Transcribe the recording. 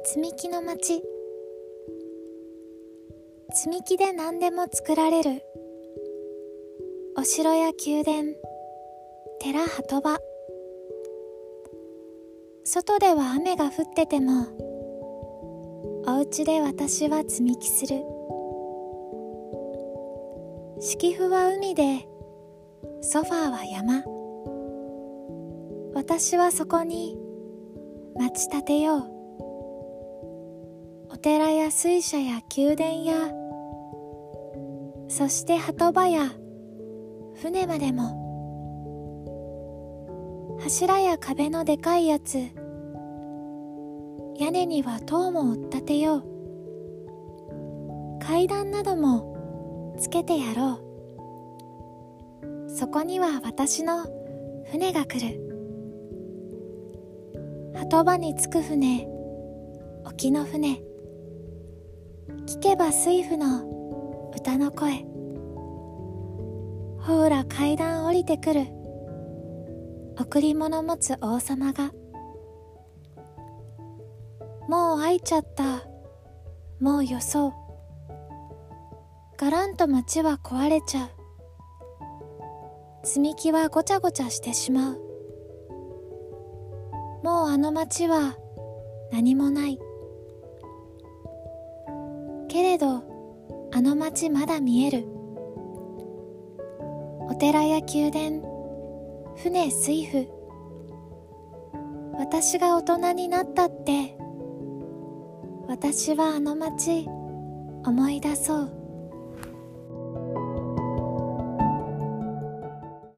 積み木の町。積み木で何でも作られる。お城や宮殿、寺、鳩場。外では雨が降ってても、お家で私は積み木する。敷布は海で、ソファーは山。私はそこに町建てよう。お寺や水車や宮殿や、そして鳩場や船までも。柱や壁のでかいやつ、屋根には塔も打ってよう。階段などもつけてやろう。そこには私の船が来る。鳩場に着く船、沖の船。聞けば水夫の歌の声。ほら階段降りてくる。贈り物持つ王様が。もう開いちゃった。もうよそう。ガランと街は壊れちゃう。積み木はごちゃごちゃしてしまう。もうあの街は何もない。けれどあの街まだ見える。お寺や宮殿、船、水夫。私が大人になったって、私はあの街思い出そう。